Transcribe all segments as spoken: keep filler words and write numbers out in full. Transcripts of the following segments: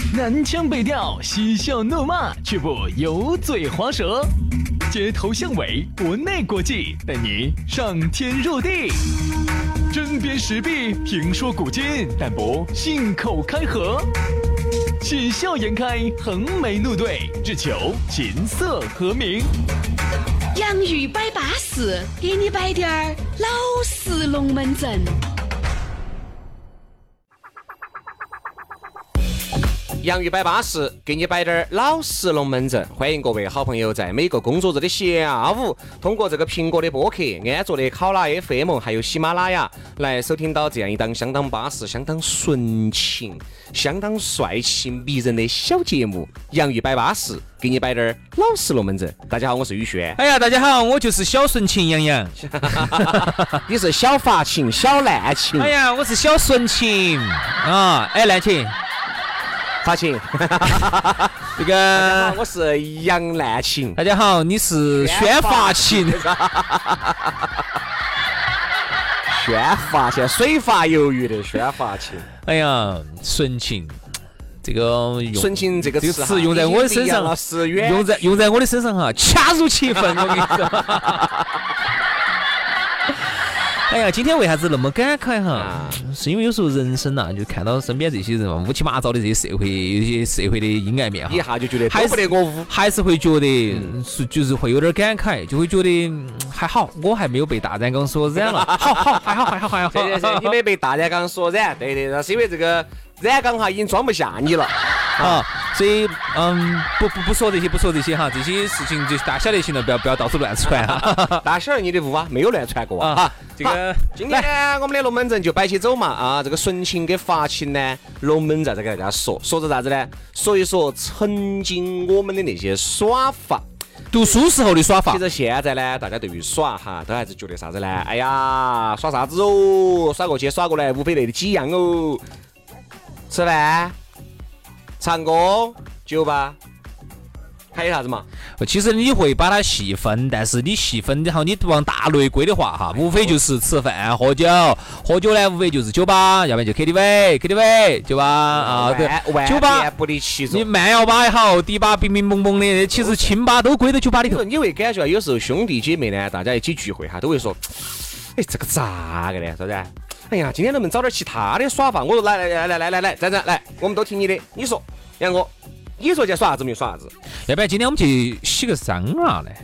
南腔北调，嬉笑怒骂，却不油嘴滑舌。街头巷尾，国内国际，带你上天入地。针砭时弊，评说古今，但不信口开河。喜笑颜开，横眉怒对，只求琴瑟和鸣。 洋芋摆巴士，给你摆点儿老式龙门阵。 洋芋摆巴士，给你摆点儿老实龙门阵。欢迎各位好朋友在每个工作日的下午，通过这个苹果的播客、安卓的考拉 F M 还有喜马拉雅来收听到这样一档相当巴适、相当纯情、相当帅气迷人的小节目《洋芋摆巴士》，给你摆点儿老实龙门阵。大家好，我是宇轩。 哎呀，大家好，我就是小纯情杨洋。 你是小发情、小烂情。 哎呀，我是小纯情啊！哎，烂情。 发情， 这个我是杨烂情。 大家好，你是宣发情。 宣发情，水发鱿鱼的宣发情。 哎呀，纯情，这个纯情这个词， 这个词用在我的身上，用在用在我的身上哈，恰如其分。我跟你说。哎呀，今天为啥子那么感慨哈？啊、是因为有时候人生呐、啊，就看到身边这些人乌七八糟的这些社会，有些社会的阴暗面哈， 一下就觉得还是我污， 还是会觉得是、嗯、就是会有点感慨，就会觉得、嗯、还好，我还没有被大染缸所染了，好好还好还好还好。 对对对，你没被大染缸所染，对对，那是因为这个染缸哈已经装不下你了。 啊，所以嗯，不不不说这些，不说这些哈，这些事情就大小就行了，不要不要到处乱传哈。 大小你的屋啊，没有乱传过啊。 啊这个今天呢，我们的龙门阵就摆起走嘛啊，这个纯情跟发情呢，龙门阵再给大家说，说着啥子呢？说一说曾经我们的那些耍法， 读书时候的耍法。 其实现在呢，大家对于耍哈，都还是觉得啥子呢？哎呀，耍啥子哦？耍过去耍过来，无非那的几样哦，吃饭。唱歌、酒吧，还有啥子嘛？ 其实你会把它细分，但是你细分然后你往大类归的话哈，无非就是吃饭、喝酒，喝酒呢无非就是酒吧，要不然就 K T V，K T V 酒吧啊，酒吧不离其宗。 你慢摇吧也好，迪吧冰冰蹦蹦的，其实清吧都归到酒吧里头。 你会感觉有时候兄弟姐妹呢，大家一起聚会哈，都会说，哎，这个咋个呢？是不是？哎呀，今天能不能找点其他的耍法？我说来来来来来来来，站站来，我们都听你的。你说，杨哥，你说今天耍啥子没耍啥子？ 要不然今天我们去洗个桑拿呢？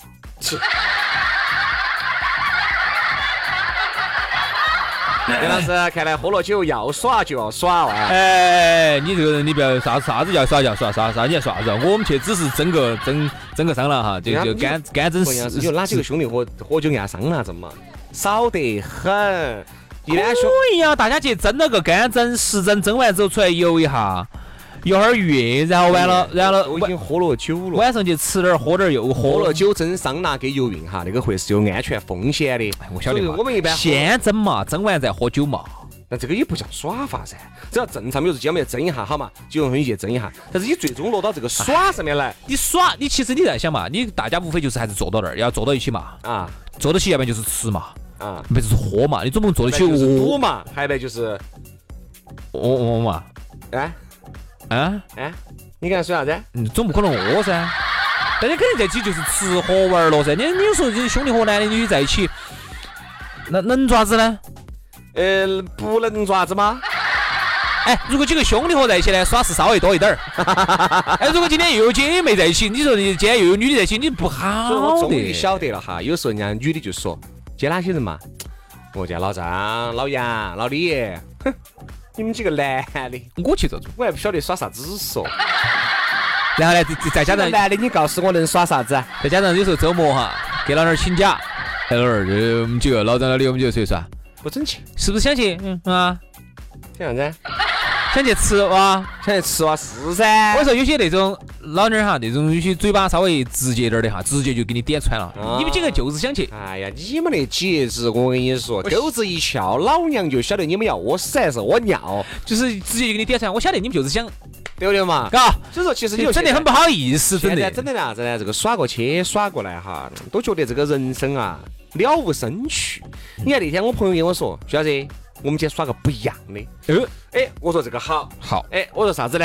杨老师，看来喝了酒要耍就要耍哇！ 哎，你这个人，你不要啥啥子叫耍就要耍，啥啥你要耍啥子？我们去只是整个整整个桑拿哈，就就干干整事。 就哪几个兄弟喝喝酒干桑拿子嘛？少得很。 可以呀，大家去蒸了个干蒸、湿蒸，蒸完之后出来游一下，游会儿月，然后完了，然后我已经喝了酒了， 晚上去吃点喝点又喝了酒蒸桑拿跟游泳哈，那个会是有安全风险的。 我晓得嘛， 我们一般先蒸嘛，蒸完再喝酒嘛。 那这个也不叫耍法噻，只要正常，比如说今天我们要蒸一下好嘛，就容易去蒸一下。但是你最终落到这个耍上面来， 你耍，你其实你在想嘛，你大家无非就是还是坐到那儿，要坐到一起嘛，啊，坐到起，要不然就是吃嘛。啊，不就是喝嘛？你总不能坐得起赌嘛？还有就是饿饿嘛？ 哎啊哎，你刚才说啥子？ 嗯，总不可能饿噻。大家肯定在一起就是吃喝玩乐噻。你你有时候这兄弟伙男的女在一起，那能爪子呢？ 呃，不能爪子吗？ 哎，如果几个兄弟伙在一起呢，耍是稍微多一点儿。哎，如果今天又有姐妹在一起，你说你今天又有女的在一起，你不好的。 我终于晓得了哈，有时候人家女的就说。接哪些人嘛？我见老张、老杨、老李，哼，你们几个男的， 我去做主， 我还不晓得耍啥子说。 然后呢，再加上男的，你告诉我能耍啥子？ 再加上有时候周末哈，给老娘请假，在那儿就我们几个老张、老李，我们就出去耍， 不争气， 是不是想去？嗯啊， 想啥子？ 想去吃哇， 想去吃哇，是噻。 我说有些那种老妞哈，那种有些嘴巴稍微直接点的哈，直接就给你点穿了。啊、你们几个就是想去。 哎呀，你们的节制，我跟你说，钩子一翘，老娘就晓得你们要屙屎还是屙尿， 就是直接就给你点穿。我晓得你们就是想， 对不对嘛？ 嘎， 所以说其实你真的很不好意思，真的。 真的啥子呢？这个耍过去耍过来哈，都觉得这个人生啊了无生趣。你看那天我朋友跟我说，徐老师。我们今天耍个不一样的。呃，哎，我说这个好， 好， 哎，我说啥子呢？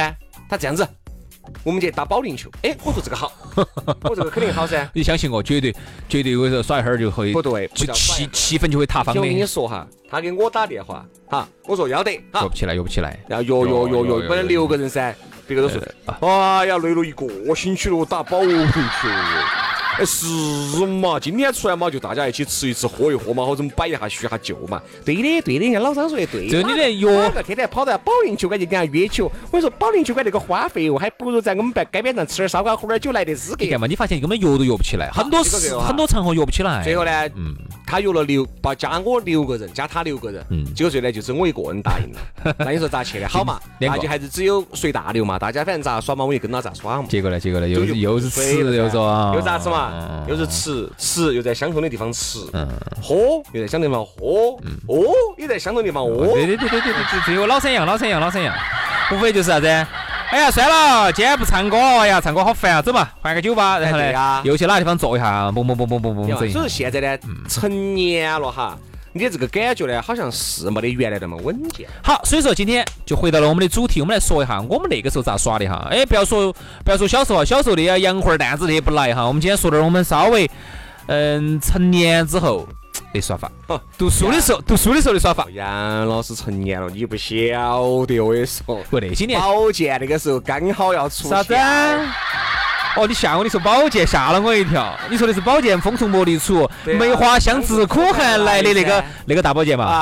他这样子，我们去打保龄球。哎，我说这个好，我这个肯定好噻。 你相信我，绝对绝对有时候耍一会儿就会不对， 就气气氛就会塌方的。 我跟你说哈，他给我打电话，哈，我说要得，哈， 约不起来，约不起来， 要约约约约，本来六个人噻，别个都说，哎呀，累了一个星期了，打保龄球。哎，是嘛？今天出来嘛，就大家一起吃一吃，喝一喝嘛，或者摆一下叙下旧嘛。对的，对的，人家老张说的对。 就你的约， 天天跑到保龄球馆去给人家约球。我说保龄球馆那个花费哦，还不如在我们街边上吃点烧烤，喝点酒来得资格。 你看嘛，你发现根本约都约不起来，很多事很多场合约不起来。 最后呢，嗯，他约了六，把加我六个人，加他六个人，嗯，结果最后呢，就是我一个人答应了。那你说咋去的？好嘛，那就还是只有随大流嘛，大家反正咋耍嘛，我也跟他咋耍嘛。 结果呢，结果呢，又又是吃又说啊， 又咋子嘛，又是吃。吃吃又在相同的地方吃，嗯，喝又在相同地方喝，嗯，屙也在相同地方屙。 对对对对对对，只有老三样，老三样，老三样，无非就是啥子？哎呀，算了，今天不唱歌，哎呀，唱歌好烦啊，走嘛，换个酒吧，然后呢，又去哪个地方坐一下，嘣嘣嘣嘣嘣嘣。 所以说现在呢，成年了哈。你的这个感觉呢，好像是没得原来那么稳健。 好，所以说今天就回到了我们的主题，我们来说一下我们那个时候咋耍的哈。哎，不要说不要说小时候，小时候的洋花蛋子那些不来哈。我们今天说点我们稍微嗯成年之后的耍法。哦，读书的时候，读书的时候的耍法。 杨老师成年了，你不晓得，我跟你说， 不那些年保健那个时候刚好要出啥子？哦，你吓我！你说宝剑吓了我一跳。你说的是宝剑锋从磨砺出，梅花香自苦寒来的那个那个大宝剑嘛？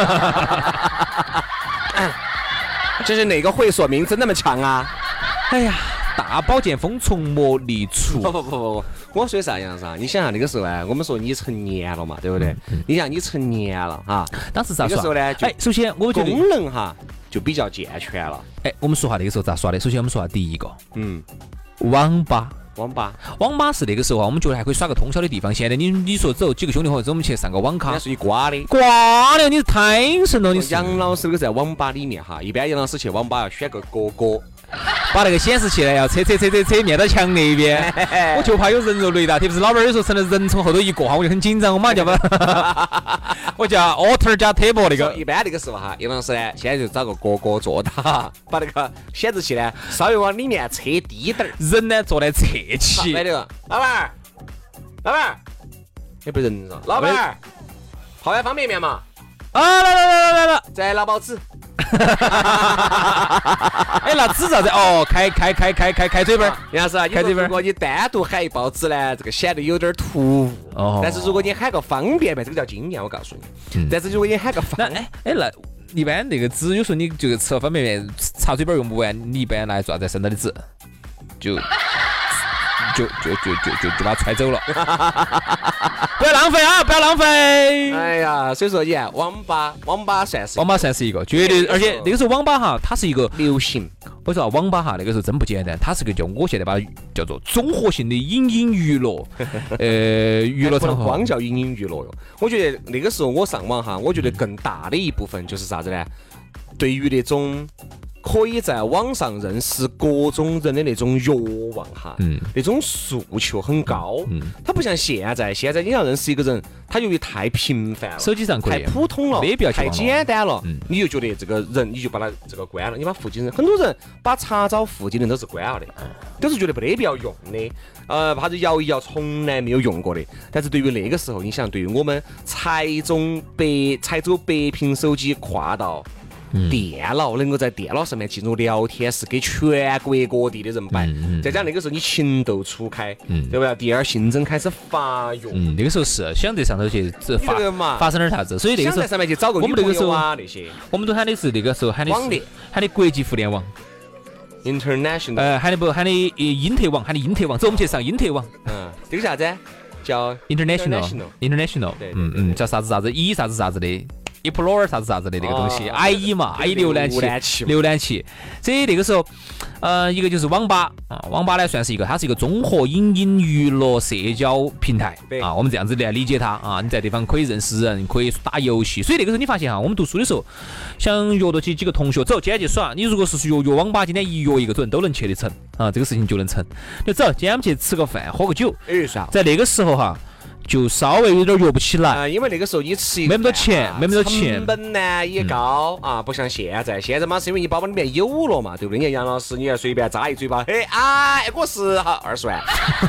这是哪个会所名字那么长啊？ 哎呀，大宝剑锋从磨砺出。 不不不不，我说啥样子啊？你想想那个时候啊，我们说你成年了嘛，对不对？嗯、你想你成年了哈， 当时咋耍？ 那个时候呢， 哎，首先我觉得功能哈就比较健全了。 哎，我们说下那个时候咋耍的？首先我们说下第一个， 嗯。 网吧， 网吧， 网吧是那个时候啊，我们觉得还可以耍个通宵的地方。现在你你说走几个兄弟伙，走我们去上个网咖， 那属于瓜的， 瓜的，你太神了！你杨老师那个在网吧里面哈，一般杨老师去网吧要选个哥哥， 把那个显示器呢要扯扯扯扯扯面到墙那边，我就怕有人肉雷达，特别是老板有时候成了人从后头一过哈，我就很紧张，我马上就把我叫 alter 加 table 那个。 一般那个时候哈，杨老师呢，现在就找个哥哥坐他，把那个显示器呢稍微往里面扯低点儿， 人呢坐在侧起。 来那个老板儿，老板儿，也不是人了，老板儿，泡碗方便面嘛。 啊，来来来来来来， 再拿包纸。 哎，那纸啥子？哦，开开开开开开嘴巴。 杨老师啊，开嘴巴。如果你单独喊一包纸呢，这个显得有点突兀。哦。但是如果你喊个方便面，这个叫经验，我告诉你。嗯。但是如果你喊个方， 哎哎那一般那个纸，有时候你就吃了方便面，插嘴巴用不完，你一般拿来做啥子？剩到的纸，就就就就就就就把它揣走了。不要浪费啊！不要浪费！ 哎呀，所以说你看，网吧，网吧算是网吧算是一个绝对，而且那个时候网吧哈，它是一个流行。 我说网吧哈，那个时候真不简单，它是个叫我现在把它叫做综合性的影音娱乐，呃，娱乐场合。 光叫影音娱乐哟，我觉得那个时候我上网哈，我觉得更大的一部分就是啥子呢？对于那种可以在网上认识各种人的那种欲望哈，嗯，那种诉求很高，嗯，它不像现在，现在你要认识一个人，他由于太频繁了， 手机上太普通了，太简单了，嗯，你就觉得这个人你就把他这个关了，你把附近人，很多人把查找附近人都是关了的，都是觉得没得必要用的，呃，怕是摇一摇从来没有用过的。但是对于那个时候，你想，对于我们才从北才走北屏手机跨到电脑，能够在电脑上面进入聊天室，给全国各地的人摆。嗯、再加上那个时候你情窦初开，嗯、对不对？第二性征开始发育， 嗯，那个时候是想在上头去发发生点啥子，所以那个时候想在上面去找个女朋友啊那些， 我们都喊的是那个时候喊的是喊的国际互联网 ，international， 呃，喊的不喊的英特网，喊的英特网，走，我们去上英特网。 嗯，这个啥子？叫 international，international， 嗯嗯，叫啥子啥子 E 啥子啥子的。Explorer 啥子啥子的那个东西 ，I E 嘛 ，I E 浏览器，浏览器。所以那个时候，呃，一个就是网吧啊，网吧呢算是一个，它是一个综合影音娱乐社交平台啊，我们这样子来理解它啊。你在地方可以认识人，可以打游戏。所以那个时候你发现哈，我们读书的时候，想约到起几个同学走，今天去耍。你如果是约约网吧，今天一约一个准都能去得成啊，这个事情就能成。就走，今天我们去吃个饭，喝个酒。 哎，算。 在那个时候哈。 就稍微有点约不起来。 啊，因为那个时候你吃一没那么多钱，没那么多钱， 成本呢也高啊，不像现在。现在嘛，是因为你包包里面有了嘛，对不对？你看杨老师，你要随便扎一嘴巴，嘿，哎，我是好二十万，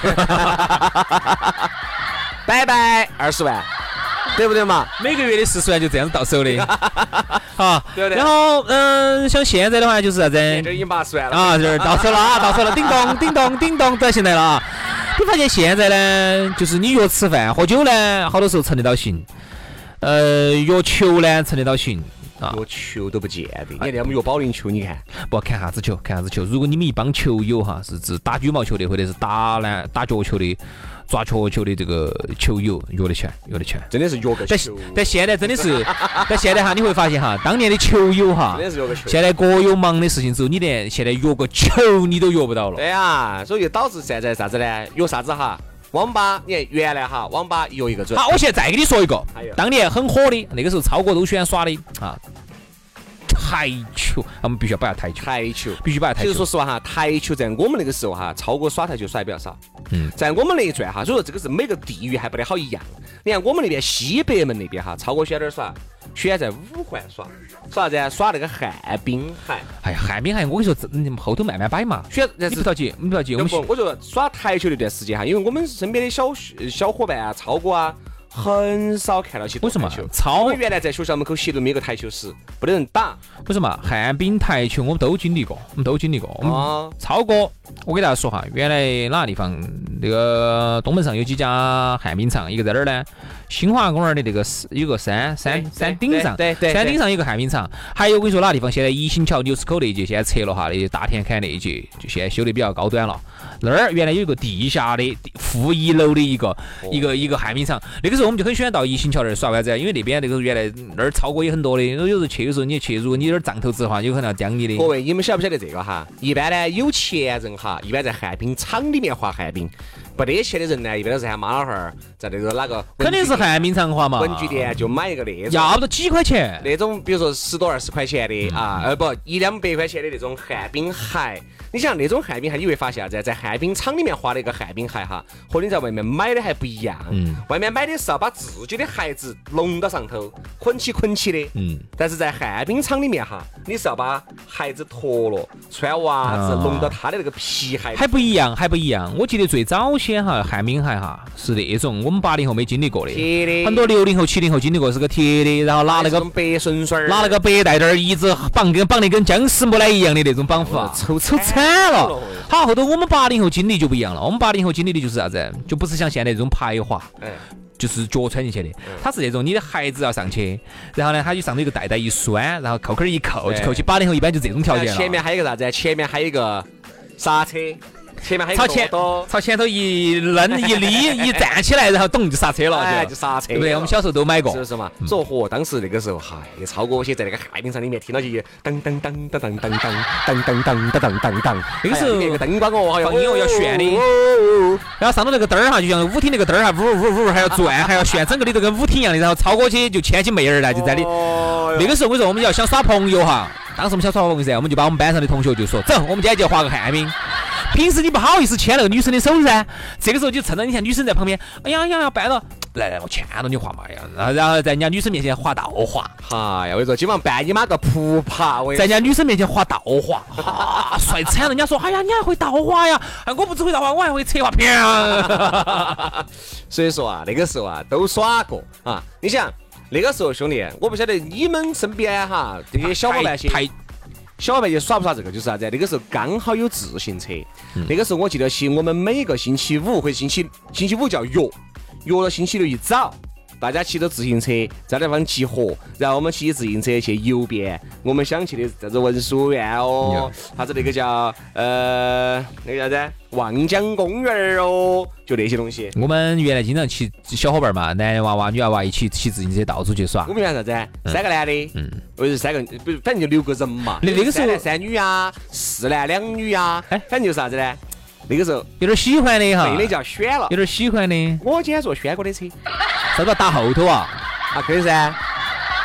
拜拜，二十万。对不对嘛？ 每个月的四十万就这样子到手的，好， 对不对？ 然后，嗯，像现在的话就是啥子？ 这已经八十万了啊，就是到手了啊，到手了，叮咚，叮咚，叮咚，到现在了啊。你发现现在呢，就是你约吃饭、喝酒呢，好多时候成得到行，呃，约球呢成得到行。 啊，约球都不见得，你看我们约保龄球，你看， 不看啥子球，看啥子球。如果你们一帮球友哈，是指打羽毛球的，或者是打篮、打脚球的、抓球球的这个球友，约得起来，约得起来， 真的是约个球。 但但现在真的是，但现在哈，你会发现哈，当年的球友哈， 真的是约个球。 现在各有忙的事情之后，你连现在约个球你都约不到了。 对呀，所以就导致现在啥子呢？约啥子哈？网吧，你看原来哈，网吧约一个准。 好，我现在再给你说一个，当年很火的，那个时候超哥都喜欢耍的啊，台球，我们必须要摆下台球， 台球必须摆下台球。 其实说实话哈，台球在我们那个时候哈，超哥耍台球耍的比较少。 嗯， 在我们那一转哈，所以说这个是每个地域还不得好一样。你看我们那边西北门那边哈，超哥喜欢哪儿耍？喜欢在五环耍，耍啥子？耍那个旱冰海。 哎呀，旱冰海，我跟你说，你后头慢慢摆嘛。 选你不着急，你不着急。我我说耍台球那段时间哈，因为我们身边的小小伙伴啊，超哥啊。很少看到起为什么球？ 超我们原来在学校门口斜对面有个台球室，不得人打。 为什么？旱冰台球我们都经历过，我们都经历过。我们超哥，我给大家说哈，原来哪个地方那个东门上有几家旱冰场，一个在哪儿呢？新华公园的那个有个山山山顶上， 对对， 山顶上有个旱冰场。还有我跟你说哪个地方？现在宜兴桥牛市口那一节现在拆了哈，那大田坎那一节就现在修的比较高端了。那儿原来有一个地下的负一楼的一个、哦、一个一个旱冰场，那个时候我们就很喜欢到宜兴桥那儿耍，为啥子？因为那边那个原来那儿超过也很多的，有时候去的时候你去，如果你有点胀头子的话，有可能要将你的。 各位，你们晓不晓得这个哈？一般呢，有钱人哈，一般在旱冰场里面滑旱冰。不得钱的人呢，一般都是喊妈老汉儿在那个哪个， 肯定是旱冰场滑嘛。 文具店就买一个那种， 要不得几块钱， 那种比如说十多二十块钱的、嗯、啊，呃不一两百块钱的那种旱冰鞋。你想那种旱冰鞋，你会发现啥子？在旱冰场里面滑的一个旱冰鞋哈，和你在外面买的还不一样。嗯，外面买的是要把自己的鞋子弄到上头，捆起捆起的。嗯，但是在旱冰场里面哈，你是要把鞋子脱了，穿袜子、啊、弄到它的那个皮鞋。 还不一样，还不一样。我记得最早先哈，旱冰鞋哈是那种我们八零后没经历过的， 铁的。 很多六零后、七零后经历过是个铁的，然后拿那个白顺水， 拿那个白带带一直绑跟绑的跟僵尸木乃伊一样的那种绑法， 丑丑惨了。好，后头我们八零后经历就不一样了，我们八零后经历的就是啥子？就不是像现在这种排滑，嗯，就是脚穿进去的，它是那种你的鞋子要上去，然后呢，它就上头一个带带一拴，然后扣扣一扣就扣起。八零后一般就这种条件了。 前面还有一个啥子？前面还有一个刹车。前面还有朝前朝前头一扔一立一站起来，然后咚就刹车了， 哎，就刹车， 对不对？我们小时候都买过， 是不是嘛？所以嚯，当时那个时候，嗨，超过些在那个旱冰场里面听到起噔噔噔噔噔噔噔噔噔噔噔噔噔， 那个时候那个灯光哦， 放音乐要旋的，然后上头那个灯儿哈，就像舞厅那个灯儿哈，呜呜呜还要转，还要旋，整个里头跟舞厅一样的，然后超过去就牵起妹儿来，就在里。那个时候我说我们要想耍朋友哈，当时我们想耍朋友噻，我们就把我们班上的同学就说，走，我们今天就滑个旱冰。平时你不好意思牵那个女生的手噻，这个时候就趁着你看女生在旁边，哎呀呀要掰了，来来我牵着你滑嘛呀，然后然后在人家女生面前滑倒滑， 哎呀我跟你说今晚扮你妈个扑爬， 在人家女生面前滑倒滑，啊帅惨了，人家说哎呀你还会倒滑呀，哎我不只会倒滑，我还会侧滑啪。 所以说啊那个时候啊都耍过啊，你想那个时候兄弟，我不晓得你们身边哈这些小伙伴些。小伙伴就耍不耍这个？就是啥子？那个时候刚好有自行车，嗯、那个时候我记得起，我们每个星期五或者星期星期五叫约，约了星期六一早，大家骑着自行车在那方集合，然后我们骑自行车去游遍我们想去的啥子文殊院哦，啥子那个叫呃那个啥子望江公园哦，就那些东西。 我们原来经常骑小伙伴嘛，男娃娃、女娃娃一起骑自行车到处去耍。 我们原来啥子？嗯、三个男的，嗯，或者是三个，不，反正就六个人嘛。 那那个时候三男三女啊，四男两女啊，哎，反正就是啥子呢？那个时候有点喜欢的哈， 那叫选了， 有点喜欢的。 我今天坐轩哥的车， 啥子打后头啊？ 啊，可以噻。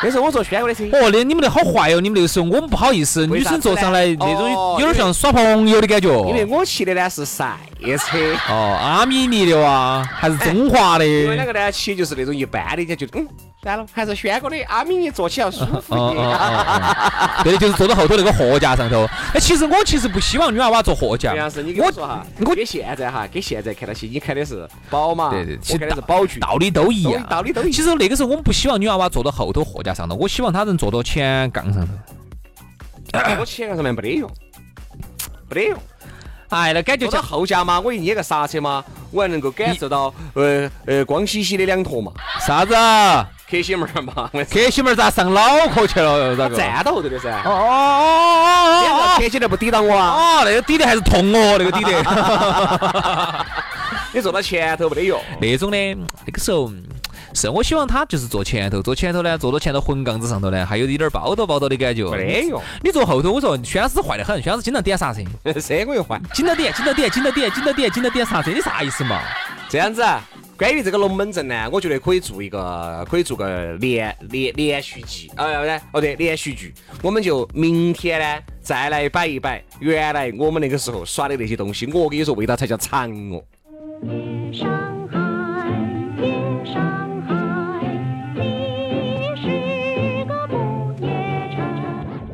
那时候我坐轩哥的车。 哦，那你们的好坏哦，你们那个时候我们不好意思，女生坐上来那种有点像耍朋友的感觉。 因为我骑的呢是赛车。 哦，阿米尼的哇，还是中华的。 因为那个呢骑就是那种一般的，人家觉得嗯，算了，还是轩哥的阿米尼坐起来舒服一点。 对，就是坐到后头那个货架上头。哎，其实我其实不希望女娃娃坐货架。 这样是你跟我说哈，我给现在哈，给现在看到起，你看的是宝马， 对对， 我看的是宝骏， 道理都一样， 道理都一样。 其实那个时候我们不希望女娃娃坐到后头货架上头，我希望她能坐到前杠上头。 我前杠上面没得用，没得用。 哎，那感觉坐到后架嘛，我一捏个刹车嘛，我还能够感受到呃呃光兮兮的两坨嘛。 啥子？ 克西门嘛， 克西门咋上脑壳去了？咋个？ 站到后头的噻。 哦哦哦哦！ 克西门不抵挡我啊？ 哦，那个抵的还是痛哦，那个抵的。 你坐到前头没得用。 那种的，那个时候是我希望他就是坐前头，坐前头呢，坐到前头混杠子上头呢，还有一点抱到抱到的感觉。 没得用。 你坐后头，我说轩子坏得很，轩子经常点刹车， 车我又坏， 经常点，经常点，经常点，经常点，经常点刹车，你啥意思嘛？ 这样子。关于这个龙门阵呢，我觉得可以做一个，可以做个连连连续剧，呃，哦对，连续剧。我们就明天呢再来摆一摆原来我们那个时候耍的那些东西。我跟你说，味道才叫馋哦。 上海，夜上海，你是个不夜城。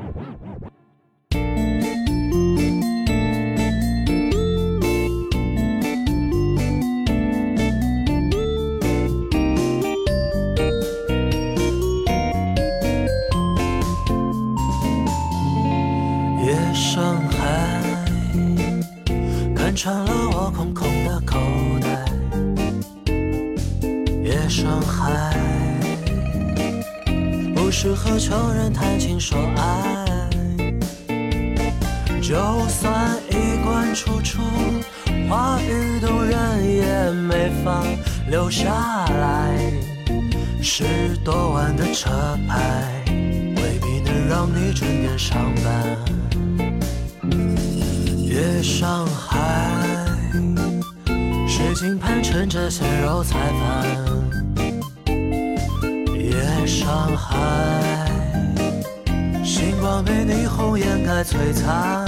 夜上海，看穿了我空空的口袋。夜上海，不适合穷人谈情说爱。就算衣冠楚楚，话语动人也没法留下来。十多万的车牌，未必能让你准点上班。夜上海，水晶盘撑着鲜肉菜饭。夜上海，星光被霓虹掩盖璀璨。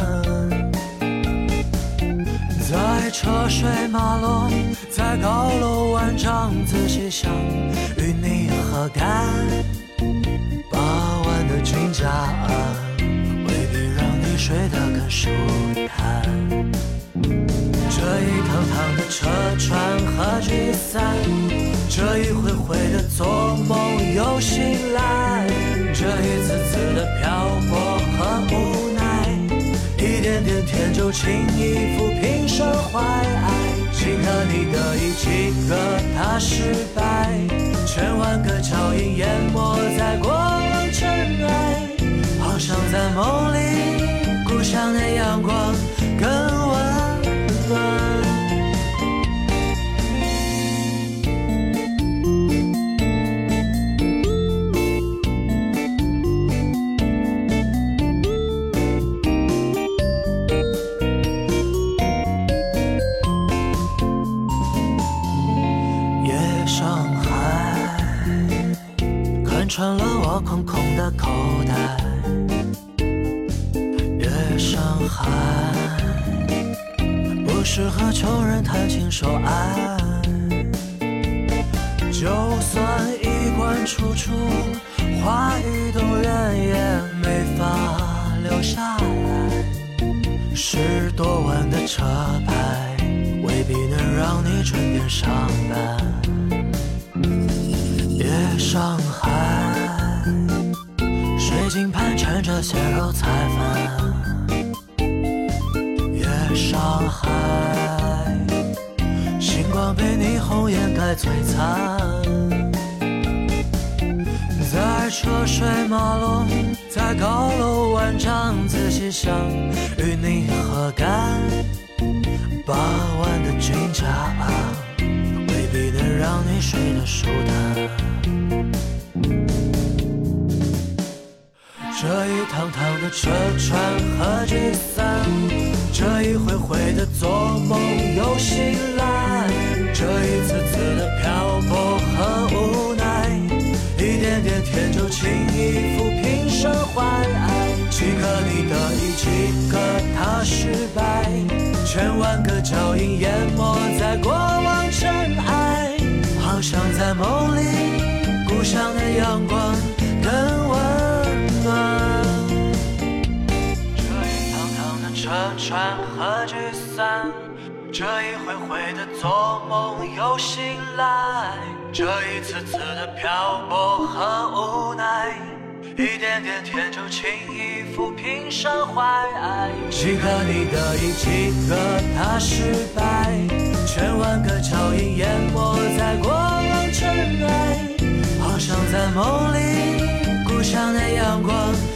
在车水马龙，在高楼万丈，仔细想，与你何干？八万的均价，未必让你睡得更舒坦。这一趟趟的车船和聚散，这一回回的做梦又醒来，这一次次的漂泊和无奈，一点点天就轻易抚平伤怀。几个你得意，几个他失败，千万个脚印淹没在过往尘埃，好像在梦里，故乡的阳光更温暖。穿了我空空的口袋。夜上海，不适合穷人谈情说爱。就算衣冠楚楚，话语动人也没法留下来。十多万的车牌，未必能让你准点上班。夜上海，水晶盘缠着鲜肉菜饭。夜上海，星光被霓虹掩盖璀璨。在车水马龙，在高楼万丈，仔细想，与你何干？八万的均价，未必能让你睡得舒坦。这一趟趟的车船和聚散，这一回回的做梦又醒来，这一次次的漂泊和无奈，一点点天就轻易抚平伤怀。几个你得意，几个他失败，千万个脚印淹没在过往尘埃，好像在梦里故乡的阳光更温暖。这一趟趟的乘船和聚散，这一回回的做梦又醒来，这一次次的漂泊和无奈，一点点天就轻易抚平伤怀。几个你得意，几个他失败，千万个脚印淹没在过往尘埃，好像在梦里故乡的阳光